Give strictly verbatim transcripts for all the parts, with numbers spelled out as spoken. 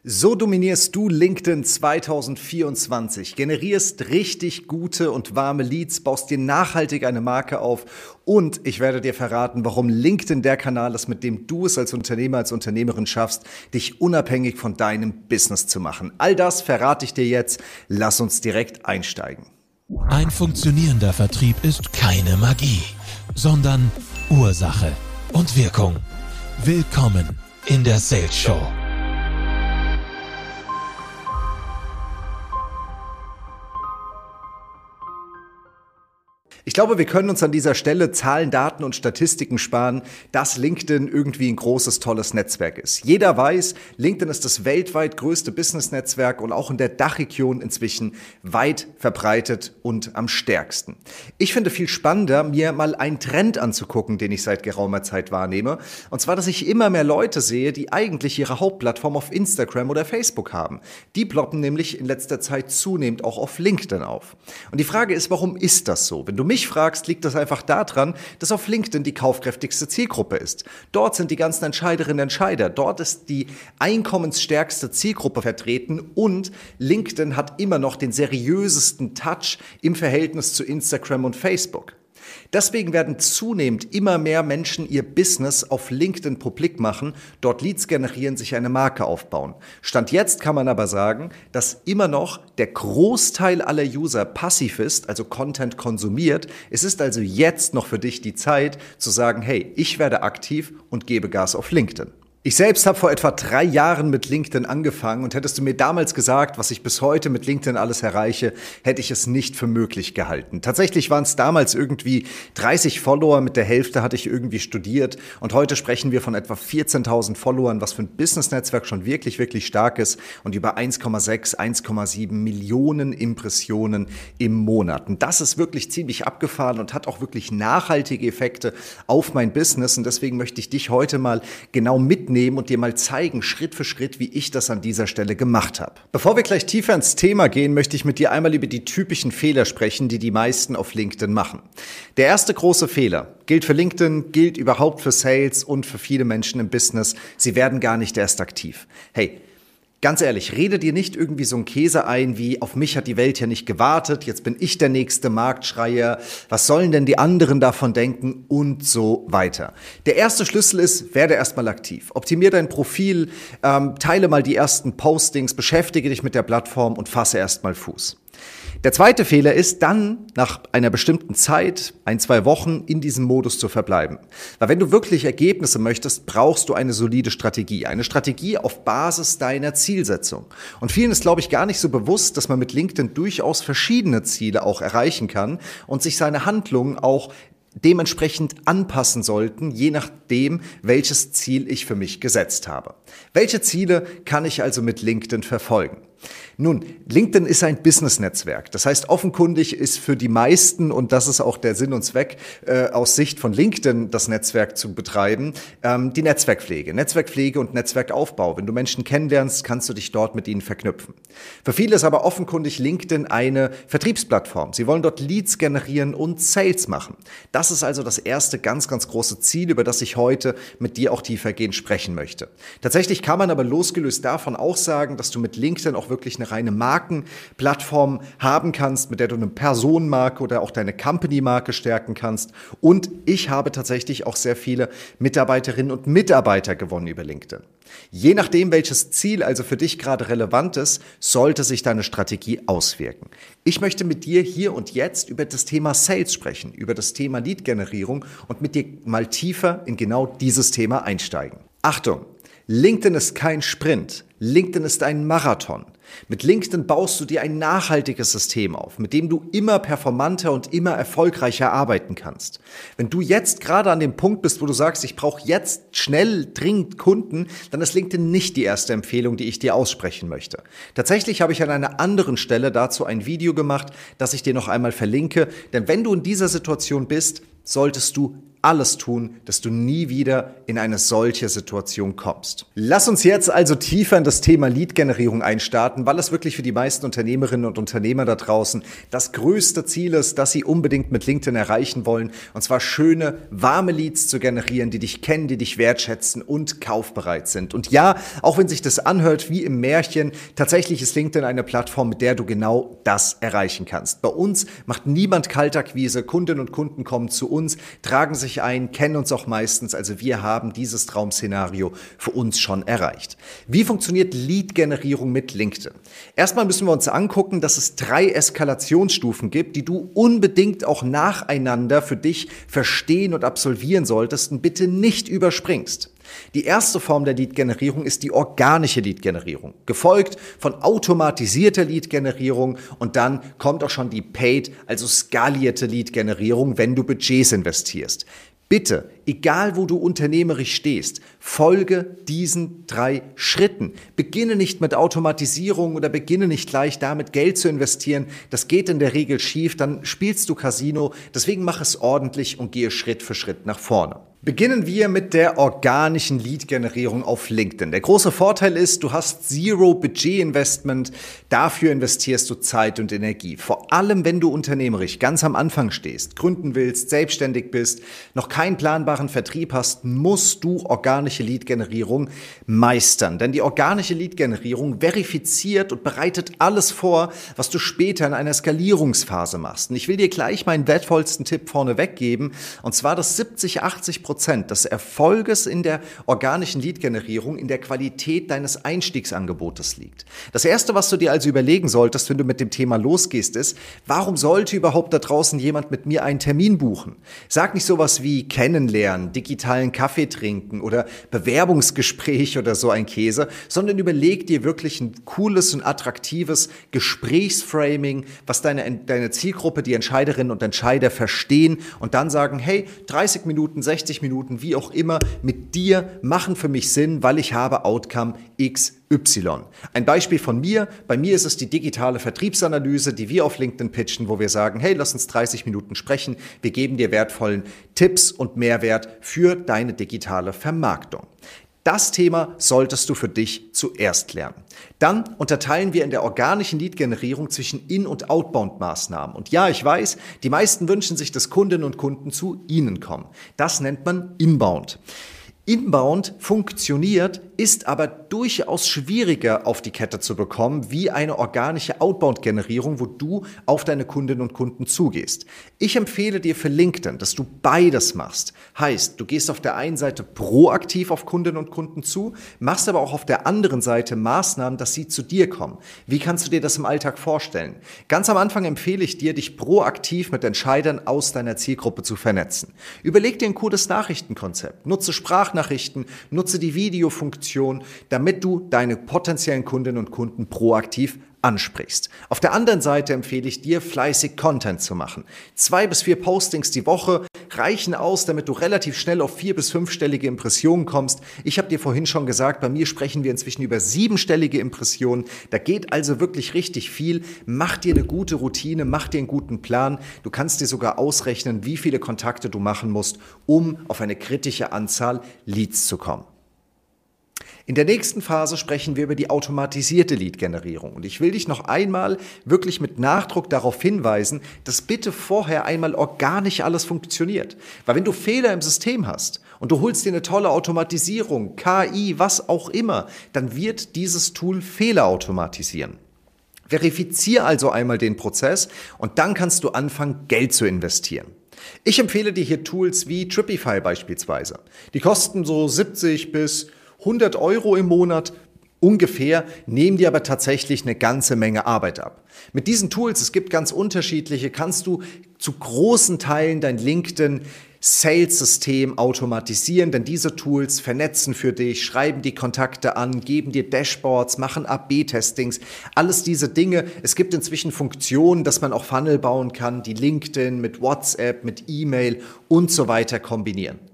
So dominierst du LinkedIn zwanzig vierundzwanzig, generierst richtig gute und warme Leads, baust dir nachhaltig eine Marke auf und ich werde dir verraten, warum LinkedIn der Kanal ist, mit dem du es als Unternehmer, als Unternehmerin schaffst, dich unabhängig von deinem Business zu machen. All das verrate ich dir jetzt. Lass uns direkt einsteigen. Ein funktionierender Vertrieb ist keine Magie, sondern Ursache und Wirkung. Willkommen in der Sales Show. Ich glaube, wir können uns an dieser Stelle Zahlen, Daten und Statistiken sparen, dass LinkedIn irgendwie ein großes, tolles Netzwerk ist. Jeder weiß, LinkedIn ist das weltweit größte Business-Netzwerk und auch in der Dachregion inzwischen weit verbreitet und am stärksten. Ich finde viel spannender, mir mal einen Trend anzugucken, den ich seit geraumer Zeit wahrnehme. Und zwar, dass ich immer mehr Leute sehe, die eigentlich ihre Hauptplattform auf Instagram oder Facebook haben. Die ploppen nämlich in letzter Zeit zunehmend auch auf LinkedIn auf. Und die Frage ist, warum ist das so? Wenn du mich fragst, liegt das einfach daran, dass auf LinkedIn die kaufkräftigste Zielgruppe ist. Dort sind die ganzen Entscheiderinnen und Entscheider. Dort ist die einkommensstärkste Zielgruppe vertreten und LinkedIn hat immer noch den seriösesten Touch im Verhältnis zu Instagram und Facebook. Deswegen werden zunehmend immer mehr Menschen ihr Business auf LinkedIn publik machen, dort Leads generieren, sich eine Marke aufbauen. Stand jetzt kann man aber sagen, dass immer noch der Großteil aller User passiv ist, also Content konsumiert. Es ist also jetzt noch für dich die Zeit zu sagen, hey, ich werde aktiv und gebe Gas auf LinkedIn. Ich selbst habe vor etwa drei Jahren mit LinkedIn angefangen und hättest du mir damals gesagt, was ich bis heute mit LinkedIn alles erreiche, hätte ich es nicht für möglich gehalten. Tatsächlich waren es damals irgendwie dreißig Follower, mit der Hälfte hatte ich irgendwie studiert und heute sprechen wir von etwa vierzehntausend Followern, was für ein Business-Netzwerk schon wirklich, wirklich stark ist und über eins Komma sechs, eins Komma sieben Millionen Impressionen im Monat. Und das ist wirklich ziemlich abgefahren und hat auch wirklich nachhaltige Effekte auf mein Business und deswegen möchte ich dich heute mal genau mitnehmen und dir mal zeigen, Schritt für Schritt, wie ich das an dieser Stelle gemacht habe. Bevor wir gleich tiefer ins Thema gehen, möchte ich mit dir einmal über die typischen Fehler sprechen, die die meisten auf LinkedIn machen. Der erste große Fehler gilt für LinkedIn, gilt überhaupt für Sales und für viele Menschen im Business. Sie werden gar nicht erst aktiv. Hey, ganz ehrlich, rede dir nicht irgendwie so einen Käse ein, wie auf mich hat die Welt ja nicht gewartet, jetzt bin ich der nächste Marktschreier, was sollen denn die anderen davon denken und so weiter. Der erste Schlüssel ist, werde erstmal aktiv. Optimier dein Profil, ähm, teile mal die ersten Postings, beschäftige dich mit der Plattform und fasse erstmal Fuß. Der zweite Fehler ist dann, nach einer bestimmten Zeit, ein, zwei Wochen, in diesem Modus zu verbleiben. Weil wenn du wirklich Ergebnisse möchtest, brauchst du eine solide Strategie. Eine Strategie auf Basis deiner Zielsetzung. Und vielen ist, glaube ich, gar nicht so bewusst, dass man mit LinkedIn durchaus verschiedene Ziele auch erreichen kann und sich seine Handlungen auch dementsprechend anpassen sollten, je nachdem, welches Ziel ich für mich gesetzt habe. Welche Ziele kann ich also mit LinkedIn verfolgen? Nun, LinkedIn ist ein Business-Netzwerk. Das heißt, offenkundig ist für die meisten, und das ist auch der Sinn und Zweck, äh, aus Sicht von LinkedIn das Netzwerk zu betreiben, ähm, die Netzwerkpflege. Netzwerkpflege und Netzwerkaufbau. Wenn du Menschen kennenlernst, kannst du dich dort mit ihnen verknüpfen. Für viele ist aber offenkundig LinkedIn eine Vertriebsplattform. Sie wollen dort Leads generieren und Sales machen. Das ist also das erste ganz, ganz große Ziel, über das ich heute mit dir auch tiefergehend sprechen möchte. Tatsächlich kann man aber losgelöst davon auch sagen, dass du mit LinkedIn auch wirklich eine reine Markenplattform haben kannst, mit der du eine Personenmarke oder auch deine Company-Marke stärken kannst. Und ich habe tatsächlich auch sehr viele Mitarbeiterinnen und Mitarbeiter gewonnen über LinkedIn. Je nachdem, welches Ziel also für dich gerade relevant ist, sollte sich deine Strategie auswirken. Ich möchte mit dir hier und jetzt über das Thema Sales sprechen, über das Thema Lead-Generierung und mit dir mal tiefer in genau dieses Thema einsteigen. Achtung! LinkedIn ist kein Sprint. LinkedIn ist ein Marathon. Mit LinkedIn baust du dir ein nachhaltiges System auf, mit dem du immer performanter und immer erfolgreicher arbeiten kannst. Wenn du jetzt gerade an dem Punkt bist, wo du sagst, ich brauche jetzt schnell, dringend Kunden, dann ist LinkedIn nicht die erste Empfehlung, die ich dir aussprechen möchte. Tatsächlich habe ich an einer anderen Stelle dazu ein Video gemacht, das ich dir noch einmal verlinke. Denn wenn du in dieser Situation bist, solltest du alles tun, dass du nie wieder in eine solche Situation kommst. Lass uns jetzt also tiefer in das Thema Lead-Generierung einstarten, weil es wirklich für die meisten Unternehmerinnen und Unternehmer da draußen das größte Ziel ist, das sie unbedingt mit LinkedIn erreichen wollen. Und zwar schöne, warme Leads zu generieren, die dich kennen, die dich wertschätzen und kaufbereit sind. Und ja, auch wenn sich das anhört wie im Märchen, tatsächlich ist LinkedIn eine Plattform, mit der du genau das erreichen kannst. Bei uns macht niemand Kaltakquise, Kundinnen und Kunden kommen zu uns, tragen sich ein, kennen uns auch meistens, also wir haben dieses Traum-Szenario für uns schon erreicht. Wie funktioniert Lead-Generierung mit LinkedIn? Erstmal müssen wir uns angucken, dass es drei Eskalationsstufen gibt, die du unbedingt auch nacheinander für dich verstehen und absolvieren solltest und bitte nicht überspringst. Die erste Form der Lead-Generierung ist die organische Lead-Generierung, gefolgt von automatisierter Lead-Generierung und dann kommt auch schon die Paid, also skalierte Lead-Generierung, wenn du Budgets investierst. Bitte, egal wo du unternehmerisch stehst, folge diesen drei Schritten. Beginne nicht mit Automatisierung oder beginne nicht gleich damit Geld zu investieren. Das geht in der Regel schief, dann spielst du Casino. Deswegen mach es ordentlich und gehe Schritt für Schritt nach vorne. Beginnen wir mit der organischen Lead-Generierung auf LinkedIn. Der große Vorteil ist, du hast Zero Budget Investment, dafür investierst du Zeit und Energie. Vor allem, wenn du unternehmerisch ganz am Anfang stehst, gründen willst, selbstständig bist, noch keinen planbaren Vertrieb hast, musst du organische Lead-Generierung meistern. Denn die organische Lead-Generierung verifiziert und bereitet alles vor, was du später in einer Skalierungsphase machst. Und ich will dir gleich meinen wertvollsten Tipp vorneweg geben, und zwar, dass siebzig, achtzig Prozent des Erfolges in der organischen Lead-Generierung in der Qualität deines Einstiegsangebotes liegt. Das Erste, was du dir also überlegen solltest, wenn du mit dem Thema losgehst, ist, warum sollte überhaupt da draußen jemand mit mir einen Termin buchen? Sag nicht sowas wie kennenlernen, digitalen Kaffee trinken oder Bewerbungsgespräch oder so ein Käse, sondern überleg dir wirklich ein cooles und attraktives Gesprächsframing, was deine, deine Zielgruppe, die Entscheiderinnen und Entscheider verstehen und dann sagen, hey, dreißig Minuten, sechzig Minuten, wie auch immer, mit dir machen für mich Sinn, weil ich habe Outcome X Y. Ein Beispiel von mir, bei mir ist es die digitale Vertriebsanalyse, die wir auf LinkedIn pitchen, wo wir sagen, hey, lass uns dreißig Minuten sprechen, wir geben dir wertvollen Tipps und Mehrwert für deine digitale Vermarktung. Das Thema solltest du für dich zuerst lernen. Dann unterteilen wir in der organischen Lead-Generierung zwischen In- und Outbound-Maßnahmen. Und ja, ich weiß, die meisten wünschen sich, dass Kundinnen und Kunden zu ihnen kommen. Das nennt man Inbound. Inbound funktioniert, ist aber durchaus schwieriger auf die Kette zu bekommen, wie eine organische Outbound-Generierung, wo du auf deine Kundinnen und Kunden zugehst. Ich empfehle dir für LinkedIn, dass du beides machst. Heißt, du gehst auf der einen Seite proaktiv auf Kundinnen und Kunden zu, machst aber auch auf der anderen Seite Maßnahmen, dass sie zu dir kommen. Wie kannst du dir das im Alltag vorstellen? Ganz am Anfang empfehle ich dir, dich proaktiv mit Entscheidern aus deiner Zielgruppe zu vernetzen. Überleg dir ein cooles Nachrichtenkonzept, nutze Sprachnachrichten, nutze die Videofunktion, damit du deine potenziellen Kundinnen und Kunden proaktiv ansprichst. Auf der anderen Seite empfehle ich dir, fleißig Content zu machen. Zwei bis vier Postings die Woche reichen aus, damit du relativ schnell auf vier- bis fünfstellige Impressionen kommst. Ich habe dir vorhin schon gesagt, bei mir sprechen wir inzwischen über siebenstellige Impressionen. Da geht also wirklich richtig viel. Mach dir eine gute Routine, mach dir einen guten Plan. Du kannst dir sogar ausrechnen, wie viele Kontakte du machen musst, um auf eine kritische Anzahl Leads zu kommen. In der nächsten Phase sprechen wir über die automatisierte Lead-Generierung. Und ich will dich noch einmal wirklich mit Nachdruck darauf hinweisen, dass bitte vorher einmal organisch alles funktioniert. Weil wenn du Fehler im System hast und du holst dir eine tolle Automatisierung, K I, was auch immer, dann wird dieses Tool Fehler automatisieren. Verifiziere also einmal den Prozess und dann kannst du anfangen, Geld zu investieren. Ich empfehle dir hier Tools wie Tripify beispielsweise. Die kosten so siebzig bis hundert Euro im Monat ungefähr, nehmen dir aber tatsächlich eine ganze Menge Arbeit ab. Mit diesen Tools, es gibt ganz unterschiedliche, kannst du zu großen Teilen dein LinkedIn Sales-System automatisieren, denn diese Tools vernetzen für dich, schreiben die Kontakte an, geben dir Dashboards, machen A B Testings, alles diese Dinge. Es gibt inzwischen Funktionen, dass man auch Funnel bauen kann, die LinkedIn mit WhatsApp, mit E-Mail und so weiter kombinieren.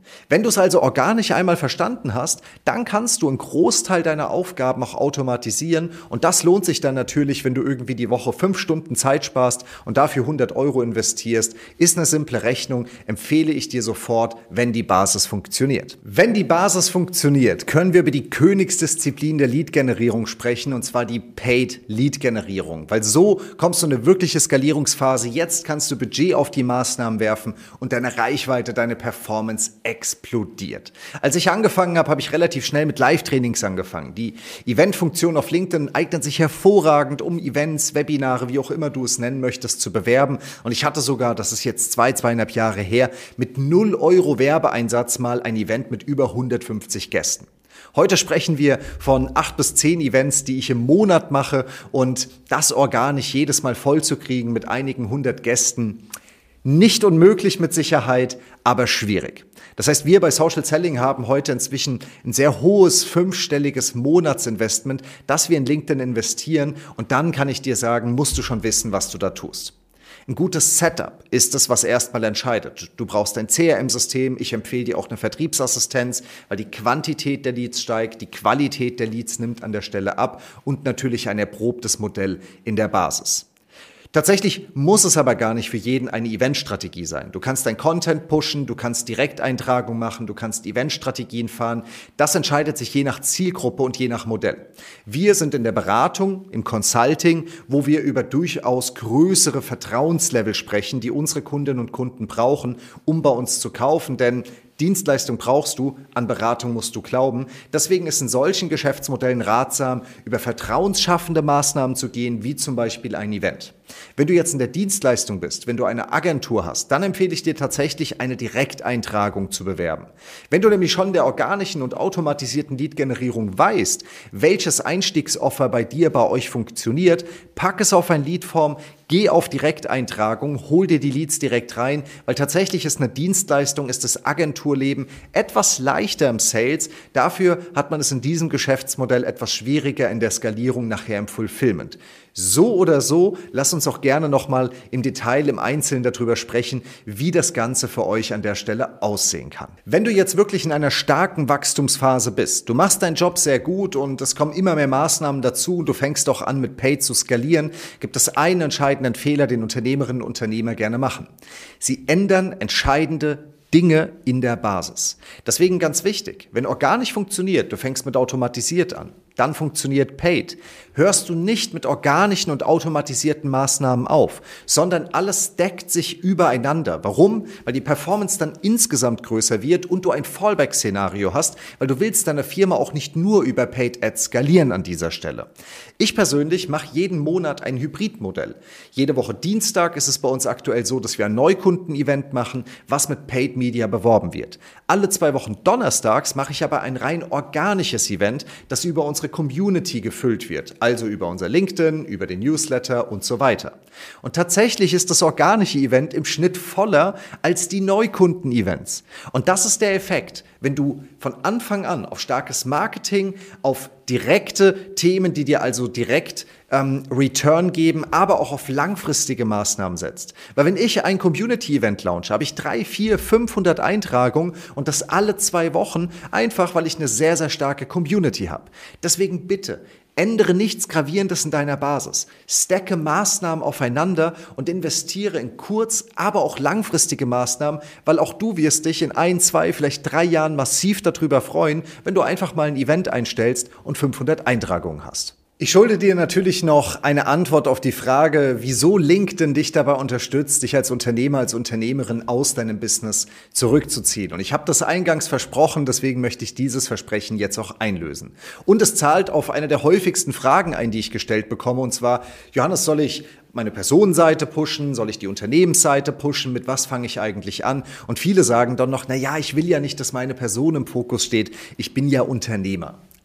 Wenn du es also organisch einmal verstanden hast, dann kannst du einen Großteil deiner Aufgaben auch automatisieren und das lohnt sich dann natürlich, wenn du irgendwie die Woche fünf Stunden Zeit sparst und dafür hundert Euro investierst. Ist eine simple Rechnung, empfehle ich dir sofort, wenn die Basis funktioniert. Wenn die Basis funktioniert, können wir über die Königsdisziplin der Lead-Generierung sprechen und zwar die Paid-Lead-Generierung, weil so kommst du in eine wirkliche Skalierungsphase. Jetzt kannst du Budget auf die Maßnahmen werfen und deine Reichweite, deine Performance explodiert. Als ich angefangen habe, habe ich relativ schnell mit Live-Trainings angefangen. Die Event-Funktion auf LinkedIn eignet sich hervorragend, um Events, Webinare, wie auch immer du es nennen möchtest, zu bewerben. Und ich hatte sogar, das ist jetzt zwei, zweieinhalb Jahre her, mit null Euro Werbeeinsatz mal ein Event mit über hundertfünfzig Gästen. Heute sprechen wir von acht bis zehn Events, die ich im Monat mache und das organisch jedes Mal voll zu kriegen mit einigen hundert Gästen. Nicht unmöglich mit Sicherheit, aber schwierig. Das heißt, wir bei Social Selling haben heute inzwischen ein sehr hohes fünfstelliges Monatsinvestment, das wir in LinkedIn investieren und dann kann ich dir sagen, musst du schon wissen, was du da tust. Ein gutes Setup ist es, was erstmal entscheidet. Du brauchst ein C R M-System. Ich empfehle dir auch eine Vertriebsassistenz, weil die Quantität der Leads steigt, die Qualität der Leads nimmt an der Stelle ab und natürlich ein erprobtes Modell in der Basis. Tatsächlich muss es aber gar nicht für jeden eine Eventstrategie sein. Du kannst dein Content pushen, du kannst Direkteintragung machen, du kannst Eventstrategien fahren. Das entscheidet sich je nach Zielgruppe und je nach Modell. Wir sind in der Beratung, im Consulting, wo wir über durchaus größere Vertrauenslevel sprechen, die unsere Kundinnen und Kunden brauchen, um bei uns zu kaufen, denn Dienstleistung brauchst du, an Beratung musst du glauben. Deswegen ist in solchen Geschäftsmodellen ratsam, über vertrauensschaffende Maßnahmen zu gehen, wie zum Beispiel ein Event. Wenn du jetzt in der Dienstleistung bist, wenn du eine Agentur hast, dann empfehle ich dir tatsächlich, eine Direkteintragung zu bewerben. Wenn du nämlich schon in der organischen und automatisierten Lead-Generierung weißt, welches Einstiegsoffer bei dir, bei euch funktioniert, pack es auf ein Leadform, geh auf Direkteintragung, hol dir die Leads direkt rein, weil tatsächlich ist eine Dienstleistung, ist das Agenturleben etwas leichter im Sales. Dafür hat man es in diesem Geschäftsmodell etwas schwieriger in der Skalierung nachher im Fulfillment. So oder so, lass uns auch gerne nochmal im Detail, im Einzelnen darüber sprechen, wie das Ganze für euch an der Stelle aussehen kann. Wenn du jetzt wirklich in einer starken Wachstumsphase bist, du machst deinen Job sehr gut und es kommen immer mehr Maßnahmen dazu und du fängst auch an mit Paid zu skalieren, gibt es einen entscheidenden Fehler, den Unternehmerinnen und Unternehmer gerne machen. Sie ändern entscheidende Dinge in der Basis. Deswegen ganz wichtig, wenn organisch funktioniert, du fängst mit automatisiert an, dann funktioniert Paid, hörst du nicht mit organischen und automatisierten Maßnahmen auf, sondern alles deckt sich übereinander. Warum? Weil die Performance dann insgesamt größer wird und du ein Fallback-Szenario hast, weil du willst deine Firma auch nicht nur über Paid Ads skalieren an dieser Stelle. Ich persönlich mache jeden Monat ein Hybridmodell. Jede Woche Dienstag ist es bei uns aktuell so, dass wir ein Neukunden-Event machen, was mit Paid Media beworben wird. Alle zwei Wochen donnerstags mache ich aber ein rein organisches Event, das über unsere Community gefüllt wird, also über unser LinkedIn, über den Newsletter und so weiter. Und tatsächlich ist das organische Event im Schnitt voller als die Neukunden-Events. Und das ist der Effekt, wenn du von Anfang an auf starkes Marketing, auf direkte Themen, die dir also direkt ähm, Return geben, aber auch auf langfristige Maßnahmen setzt. Weil wenn ich ein Community-Event launche, habe ich drei, vier, fünfhundert Eintragungen und das alle zwei Wochen, einfach weil ich eine sehr, sehr starke Community habe. Deswegen bitte, ändere nichts Gravierendes in deiner Basis. Stacke Maßnahmen aufeinander und investiere in kurz-, aber auch langfristige Maßnahmen, weil auch du wirst dich in ein, zwei, vielleicht drei Jahren massiv darüber freuen, wenn du einfach mal ein Event einstellst und fünfhundert Eintragungen hast. Ich schulde dir natürlich noch eine Antwort auf die Frage, wieso LinkedIn dich dabei unterstützt, dich als Unternehmer, als Unternehmerin aus deinem Business zurückzuziehen. Und ich habe das eingangs versprochen, deswegen möchte ich dieses Versprechen jetzt auch einlösen. Und es zahlt auf eine der häufigsten Fragen ein, die ich gestellt bekomme, und zwar: Johannes, soll ich meine Personenseite pushen? Soll ich die Unternehmensseite pushen? Mit was fange ich eigentlich an? Und viele sagen dann noch, na ja, ich will ja nicht, dass meine Person im Fokus steht. Ich bin ja Unternehmer.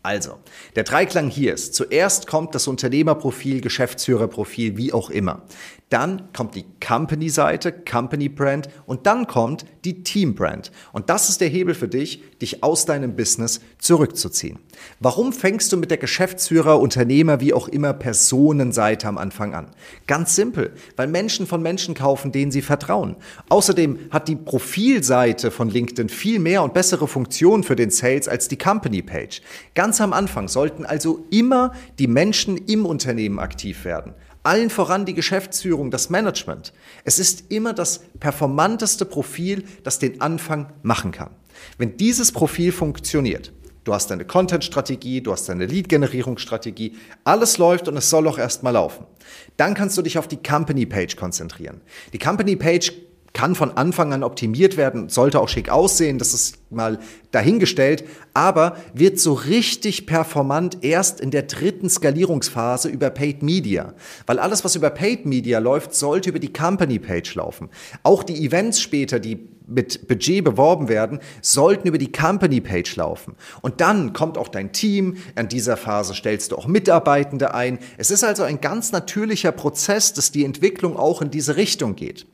Also, der Dreiklang hier ist, zuerst kommt das Unternehmerprofil, Geschäftsführerprofil, wie auch immer. Dann kommt die Company-Seite, Company-Brand und dann kommt die Team-Brand. Und das ist der Hebel für dich, dich aus deinem Business zurückzuziehen. Warum fängst du mit der Geschäftsführer, Unternehmer, wie auch immer, Personenseite am Anfang an? Ganz simpel, weil Menschen von Menschen kaufen, denen sie vertrauen. Außerdem hat die Profilseite von LinkedIn viel mehr und bessere Funktionen für den Sales als die Company-Page. Ganz am Anfang sollten also immer die Menschen im Unternehmen aktiv werden. Allen voran die Geschäftsführung, das Management. Es ist immer das performanteste Profil, das den Anfang machen kann. Wenn dieses Profil funktioniert, du hast deine Content-Strategie, du hast deine Lead-Generierungsstrategie, alles läuft und es soll auch erstmal laufen. Dann kannst du dich auf die Company-Page konzentrieren. Die Company-Page kann von Anfang an optimiert werden, sollte auch schick aussehen, das ist mal dahingestellt, aber wird so richtig performant erst in der dritten Skalierungsphase über Paid Media. Weil alles, was über Paid Media läuft, sollte über die Company Page laufen. Auch die Events später, die mit Budget beworben werden, sollten über die Company Page laufen. Und dann kommt auch dein Team, in dieser Phase stellst du auch Mitarbeitende ein. Es ist also ein ganz natürlicher Prozess, dass die Entwicklung auch in diese Richtung geht.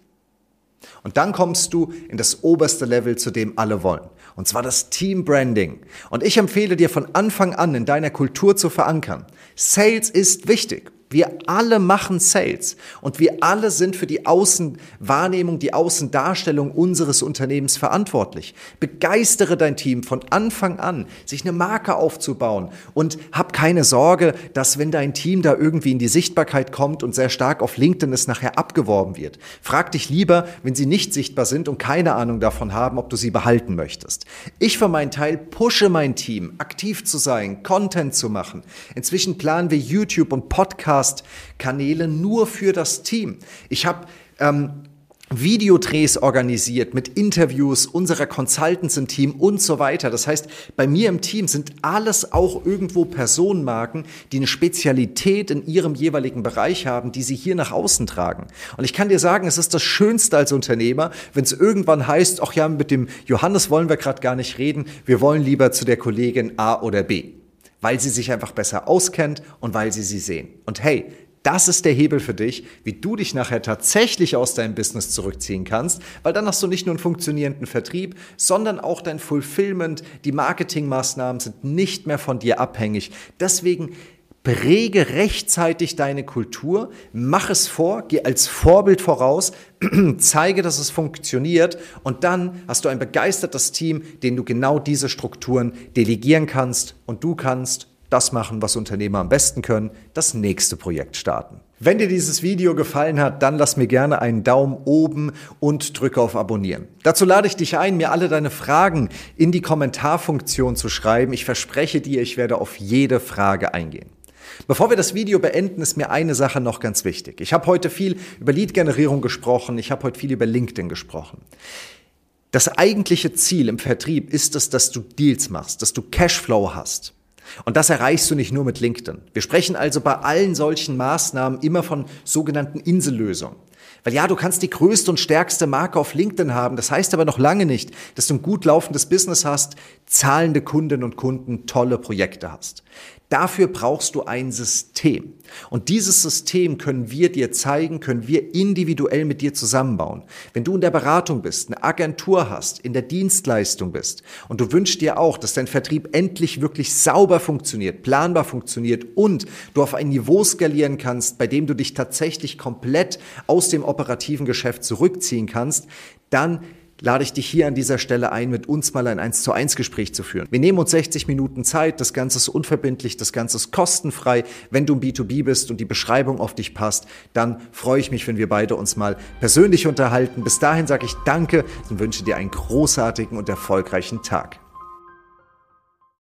Und dann kommst du in das oberste Level, zu dem alle wollen. Und zwar das Team Branding. Und ich empfehle dir von Anfang an in deiner Kultur zu verankern. Sales ist wichtig. Wir alle machen Sales und wir alle sind für die Außenwahrnehmung, die Außendarstellung unseres Unternehmens verantwortlich. Begeistere dein Team von Anfang an, sich eine Marke aufzubauen und hab keine Sorge, dass wenn dein Team da irgendwie in die Sichtbarkeit kommt und sehr stark auf LinkedIn es nachher abgeworben wird. Frag dich lieber, wenn sie nicht sichtbar sind und keine Ahnung davon haben, ob du sie behalten möchtest. Ich für meinen Teil pushe mein Team, aktiv zu sein, Content zu machen. Inzwischen planen wir YouTube und Podcasts Kanäle nur für das Team. Ich habe ähm, Videodrehs organisiert mit Interviews unserer Consultants im Team und so weiter. Das heißt, bei mir im Team sind alles auch irgendwo Personenmarken, die eine Spezialität in ihrem jeweiligen Bereich haben, die sie hier nach außen tragen. Und ich kann dir sagen, es ist das Schönste als Unternehmer, wenn es irgendwann heißt, ach ja, mit dem Johannes wollen wir gerade gar nicht reden, wir wollen lieber zu der Kollegin A oder B. Weil sie sich einfach besser auskennt und weil sie sie sehen. Und hey, das ist der Hebel für dich, wie du dich nachher tatsächlich aus deinem Business zurückziehen kannst, weil dann hast du nicht nur einen funktionierenden Vertrieb, sondern auch dein Fulfillment, die Marketingmaßnahmen sind nicht mehr von dir abhängig. Deswegen präge rechtzeitig deine Kultur, mach es vor, geh als Vorbild voraus, zeige, dass es funktioniert und dann hast du ein begeistertes Team, dem du genau diese Strukturen delegieren kannst und du kannst das machen, was Unternehmer am besten können, das nächste Projekt starten. Wenn dir dieses Video gefallen hat, dann lass mir gerne einen Daumen oben und drücke auf Abonnieren. Dazu lade ich dich ein, mir alle deine Fragen in die Kommentarfunktion zu schreiben. Ich verspreche dir, ich werde auf jede Frage eingehen. Bevor wir das Video beenden, ist mir eine Sache noch ganz wichtig. Ich habe heute viel über Lead-Generierung gesprochen, ich habe heute viel über LinkedIn gesprochen. Das eigentliche Ziel im Vertrieb ist es, dass du Deals machst, dass du Cashflow hast. Und das erreichst du nicht nur mit LinkedIn. Wir sprechen also bei allen solchen Maßnahmen immer von sogenannten Insellösungen. Weil ja, du kannst die größte und stärkste Marke auf LinkedIn haben, das heißt aber noch lange nicht, dass du ein gut laufendes Business hast, zahlende Kundinnen und Kunden, tolle Projekte hast. Dafür brauchst du ein System. Und dieses System können wir dir zeigen, können wir individuell mit dir zusammenbauen. Wenn du in der Beratung bist, eine Agentur hast, in der Dienstleistung bist und du wünschst dir auch, dass dein Vertrieb endlich wirklich sauber funktioniert, planbar funktioniert und du auf ein Niveau skalieren kannst, bei dem du dich tatsächlich komplett aus dem operativen Geschäft zurückziehen kannst, dann lade ich dich hier an dieser Stelle ein, mit uns mal ein eins zu eins Gespräch zu führen. Wir nehmen uns sechzig Minuten Zeit, das Ganze ist unverbindlich, das Ganze ist kostenfrei. Wenn du im B zwei B bist und die Beschreibung auf dich passt, dann freue ich mich, wenn wir beide uns mal persönlich unterhalten. Bis dahin sage ich Danke und wünsche dir einen großartigen und erfolgreichen Tag.